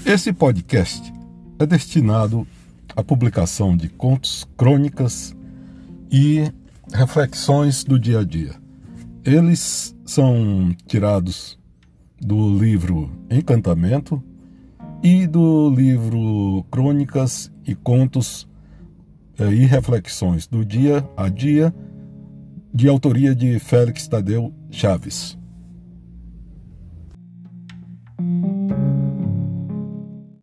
Esse podcast é destinado à publicação de contos, crônicas e reflexões do dia a dia. Eles são tirados do livro Encantamento e do livro Crônicas e Contos e Reflexões do Dia a Dia, de autoria de Félix Tadeu Chaves.